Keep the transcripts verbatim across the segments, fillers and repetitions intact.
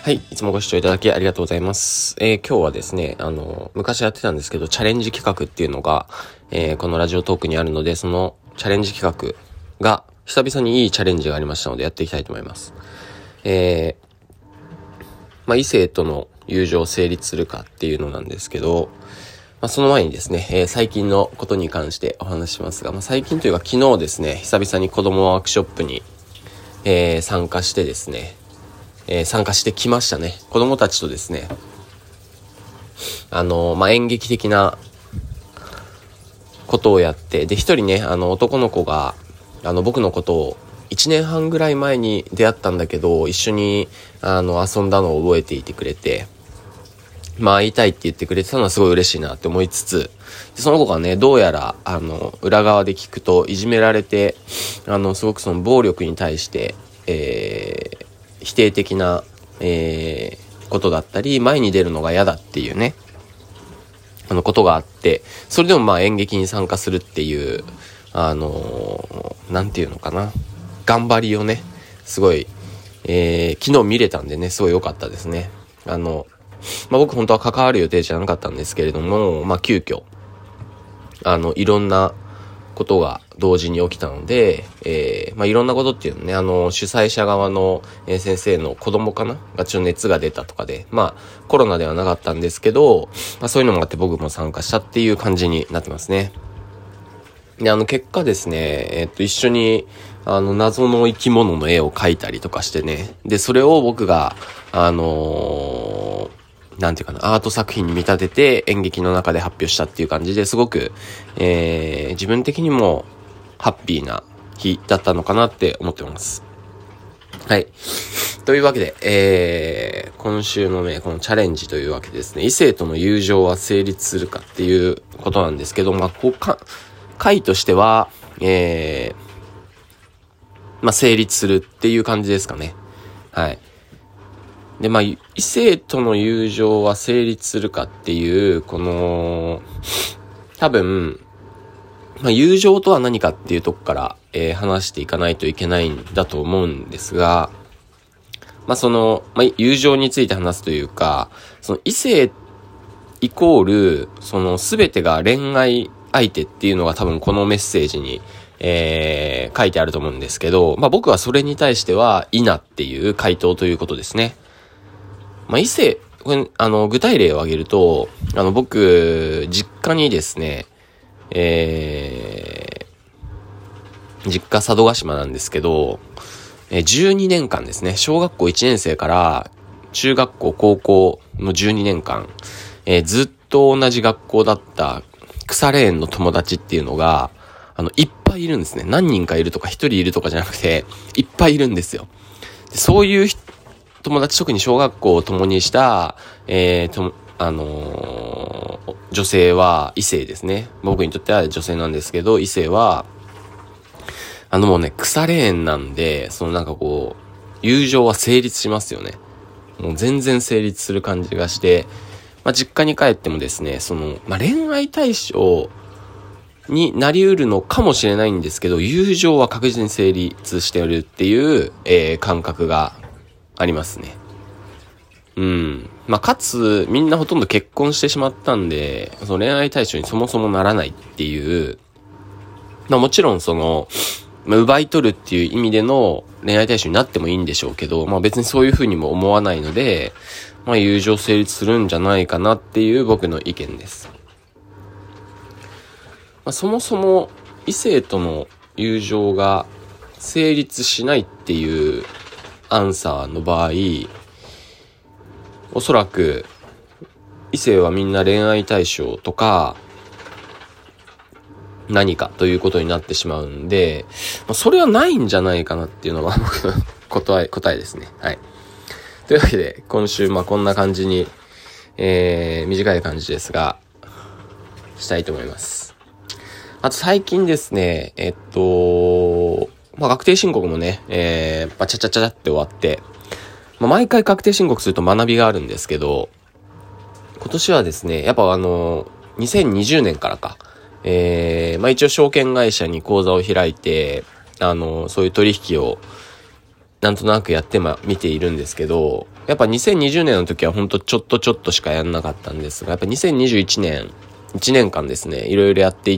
はい、いつもご視聴いただきありがとうございます。えー、今日はですね、あの、昔やってたんですけど、チャレンジ企画っていうのが、えー、このラジオトークにあるので、そのチャレンジ企画が、久々にいいチャレンジがありましたので、やっていきたいと思います。えー、まあ、異性との友情成立するかっていうのなんですけど、まあ、その前にですね、えー、最近のことに関してお話ししますが、まあ、最近というか昨日ですね、久々に子供ワークショップに、えー、参加してですね、えー、参加してきましたね。子供たちとですね、あのー、まあ、演劇的なことをやって、で、一人ね、あの、男の子が、あの、僕のことをいちねんはんぐらい前に出会ったんだけど、一緒に、あの、遊んだのを覚えていてくれて、まあ、会いたいって言ってくれてたのはすごい嬉しいなって思いつつ、でその子がね、どうやら、あの、裏側で聞くと、いじめられて、あの、すごくその暴力に対して、えー、否定的な、えー、ことだったり、前に出るのが嫌だっていうね、あのことがあって、それでもまあ演劇に参加するっていう、あのー、なんていうのかな、頑張りをね、すごい、えー、昨日見れたんでね、すごい良かったですね。あの、まあ僕本当は関わる予定じゃなかったんですけれども、まあ急遽、あの、いろんなことが同時に起きたので、えー、まあいろんなことっていうのね、あの、主催者側の、えー、先生の子供かながちょっと熱が出たとかで、まあコロナではなかったんですけど、まあそういうのもあって僕も参加したっていう感じになってますね。で、あの結果ですね、えー、っと一緒に、あの謎の生き物の絵を描いたりとかしてね、で、それを僕が、あのー、なんていうかな、アート作品に見立てて演劇の中で発表したっていう感じですごく、えー、自分的にもハッピーな日だったのかなって思ってます。はい。というわけで、えー、今週のね、このチャレンジというわけでですね、異性との友情は成立するかっていうことなんですけど、まあ、こうか、回としては、えー、まあ、成立するっていう感じですかね。はい。で、まあ、異性との友情は成立するかっていう、この、多分、まあ、友情とは何かっていうとこから、えー、話していかないといけないんだと思うんですが、まあ、その、まあ、友情について話すというか、その異性イコール、その全てが恋愛相手っていうのが多分このメッセージに、えー、書いてあると思うんですけど、まあ、僕はそれに対しては、いなっていう回答ということですね。まあ、異性、これ、あの、具体例を挙げると、あの、僕、実家にですね、えー、実家佐渡島なんですけど、じゅうにねんかんですね、小学校いちねん生から中学校高校のじゅうにねんかん、えー、ずっと同じ学校だった腐れ縁の友達っていうのが、あの、いっぱいいるんですね。何人かいるとか一人いるとかじゃなくて、いっぱいいるんですよ。でそういう友達、特に小学校を共にした、えー、と、あのー、女性は異性ですね。僕にとっては女性なんですけど、異性は、あのもうね、腐れ縁なんで、そのなんかこう、友情は成立しますよね。もう全然成立する感じがして、まあ、実家に帰ってもですね、その、まあ、恋愛対象になり得るのかもしれないんですけど、友情は確実に成立しているっていう、えー、感覚がありますね。うん。まあ、かつ、みんなほとんど結婚してしまったんで、その恋愛対象にそもそもならないっていう、まあもちろんその、まあ、奪い取るっていう意味での恋愛対象になってもいいんでしょうけど、まあ別にそういう風にも思わないので、まあ友情成立するんじゃないかなっていう僕の意見です。まあそもそも異性との友情が成立しないっていうアンサーの場合、おそらく異性はみんな恋愛対象とか何かということになってしまうんで、まあ、それはないんじゃないかなっていうのが僕の答え、答えですね。はい。というわけで、今週、まあこんな感じに、えー、短い感じですが、したいと思います。あと最近ですね、えっと、まあ確定申告もね、えー、まあ、ちゃちゃちゃって終わって、まあ毎回確定申告すると学びがあるんですけど、今年はですね、やっぱあの、にせんにじゅうねんからか、えー、まあ一応証券会社に口座を開いて、あの、そういう取引をなんとなくやってま、見ているんですけど、やっぱにせんにじゅうねんの時はほんとちょっとちょっとしかやんなかったんですが、やっぱにせんにじゅういちねん、いちねんかんですね、いろいろやっていって、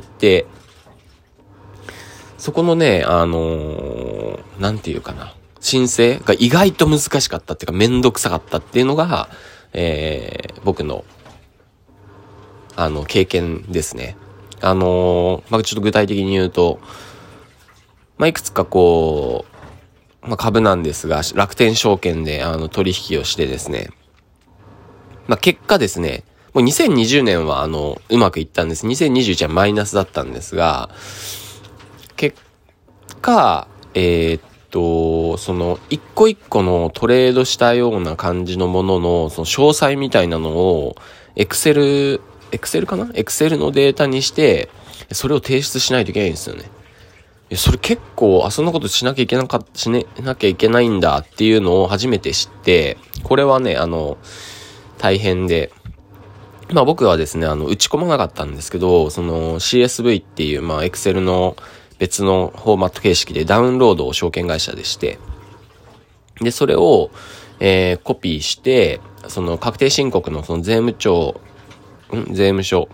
そこのね、あのー、なんていうかな、申請が意外と難しかったっていうか、めんどくさかったっていうのが、えー、僕の、あの、経験ですね。あのー、まあ、ちょっと具体的に言うと、まあ、いくつかこう、まあ、株なんですが、楽天証券であの取引をしてですね、まあ、結果ですね、もうにせんにじゅうねんはあの、うまくいったんです。にせんにじゅういちはマイナスだったんですが、結果、えー、っと、その、一個一個のトレードしたような感じのものの、その詳細みたいなのを、エクセル、エクセルかなエクセルのデータにして、それを提出しないといけないんですよね。いや、それ結構、あ、そんなことしなきゃいけなか、しね、なきゃいけないんだっていうのを初めて知って、これはね、あの、大変で、まあ僕はですね、あの、打ち込まなかったんですけど、その シーエスブイ っていう、まあ、エクセルの別のフォーマット形式でダウンロードを証券会社でして、で、それを、えー、コピーして、その確定申告のその税務庁、ん税務署、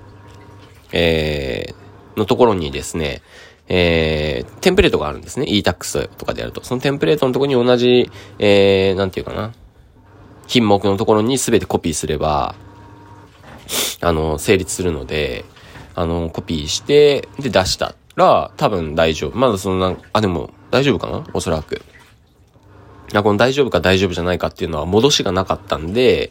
えー、のところにですね、えー、テンプレートがあるんですね。イータックス とかでやると。そのテンプレートのところに同じ、えー、なんていうかな。品目のところに全てコピーすれば、あの、成立するので、あの、コピーして、で出したら、多分大丈夫。まだそのなん、あ、でも、大丈夫かなおそらく。この大丈夫か大丈夫じゃないかっていうのは戻しがなかったんで、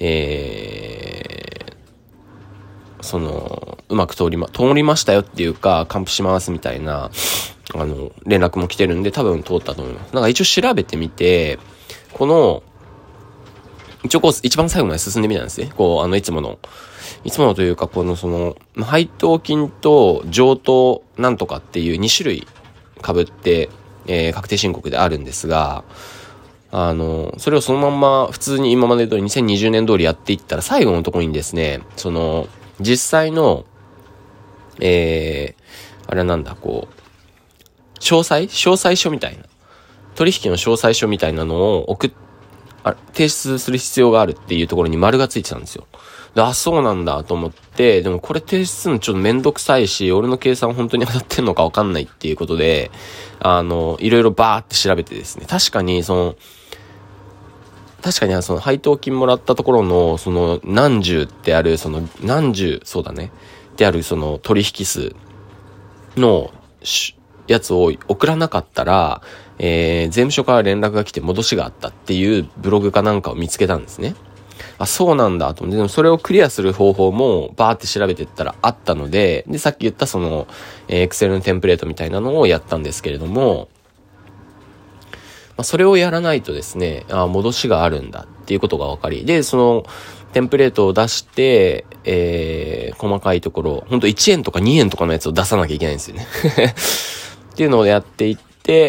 えー、その、うまく通りま、通りましたよっていうか、還付しますみたいな、あの、連絡も来てるんで多分通ったと思います。なんか一応調べてみて、この、一応こう、一番最後まで進んでみたんですね。こう、あの、いつもの、いつものというか、このその、配当金と譲渡なんとかっていうに種類被って、えー、確定申告であるんですが、あの、それをそのまんま普通に今まで通りにせんにじゅうねん通りやっていったら最後のところにですね、その、実際の、えー、あれなんだ、こう、詳細詳細書みたいな。取引の詳細書みたいなのを送っ、あ、提出する必要があるっていうところに丸がついてたんですよ。で、あ、そうなんだと思って、でもこれ提出するのちょっとめんどくさいし、俺の計算本当に当たってんのかわかんないっていうことで、あの、いろいろバーって調べてですね、確かにその、確かにその配当金もらったところのその何十ってあるその何十そうだねってあるその取引数のやつを送らなかったら、えー、税務署から連絡が来て戻しがあったっていうブログかなんかを見つけたんですね。あ、そうなんだと思って、でもそれをクリアする方法もバーって調べてったらあったので、でさっき言ったそのえー、Excel のテンプレートみたいなのをやったんですけれども。まあ、それをやらないとですね、あ、戻しがあるんだっていうことが分かり、で、そのテンプレートを出して、えー、細かいところ、ほんといちえんとかにえんとかのやつを出さなきゃいけないんですよね。っていうのをやっていって、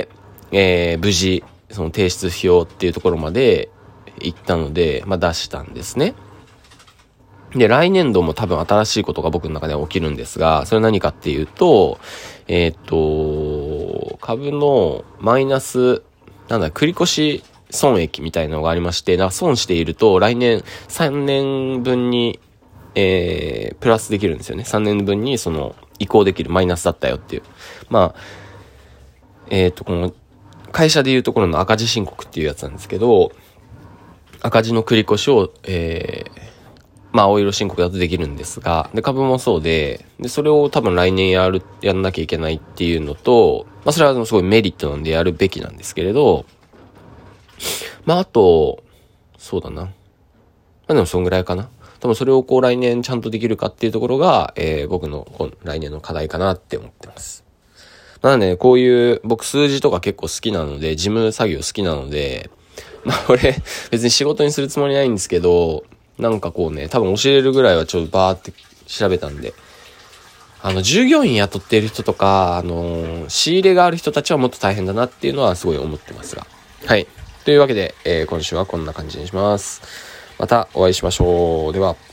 えー、無事、その提出表っていうところまで行ったので、まあ出したんですね。で、来年度も多分新しいことが僕の中では起きるんですが、それは何かっていうと、えっと、株のマイナス、なんだ、繰越損益みたいなのがありまして、だから損していると来年さんねんぶんに、えー、プラスできるんですよね。さんねんぶんにその移行できる、マイナスだったよっていう。まあ、えっと、この会社でいうところの赤字申告っていうやつなんですけど、赤字の繰越を、えー、まあ、青色申告だとできるんですが、で、株もそうで、で、それを多分来年やる、やんなきゃいけないっていうのと、まあ、それはすごいメリットなんでやるべきなんですけれど、まあ、あと、そうだな。まあ、でもそんぐらいかな。多分それをこう来年ちゃんとできるかっていうところが、えー、僕の来年の課題かなって思ってます。なので、ね、こういう、僕数字とか結構好きなので、事務作業好きなので、まあ、俺、別に仕事にするつもりないんですけど、なんかこうね、多分教えれるぐらいはちょっとバーって調べたんで、あの、従業員雇っている人とか、あのー、仕入れがある人たちはもっと大変だなっていうのはすごい思ってますが。はい。というわけで、えー、今週はこんな感じにします。またお会いしましょう。では。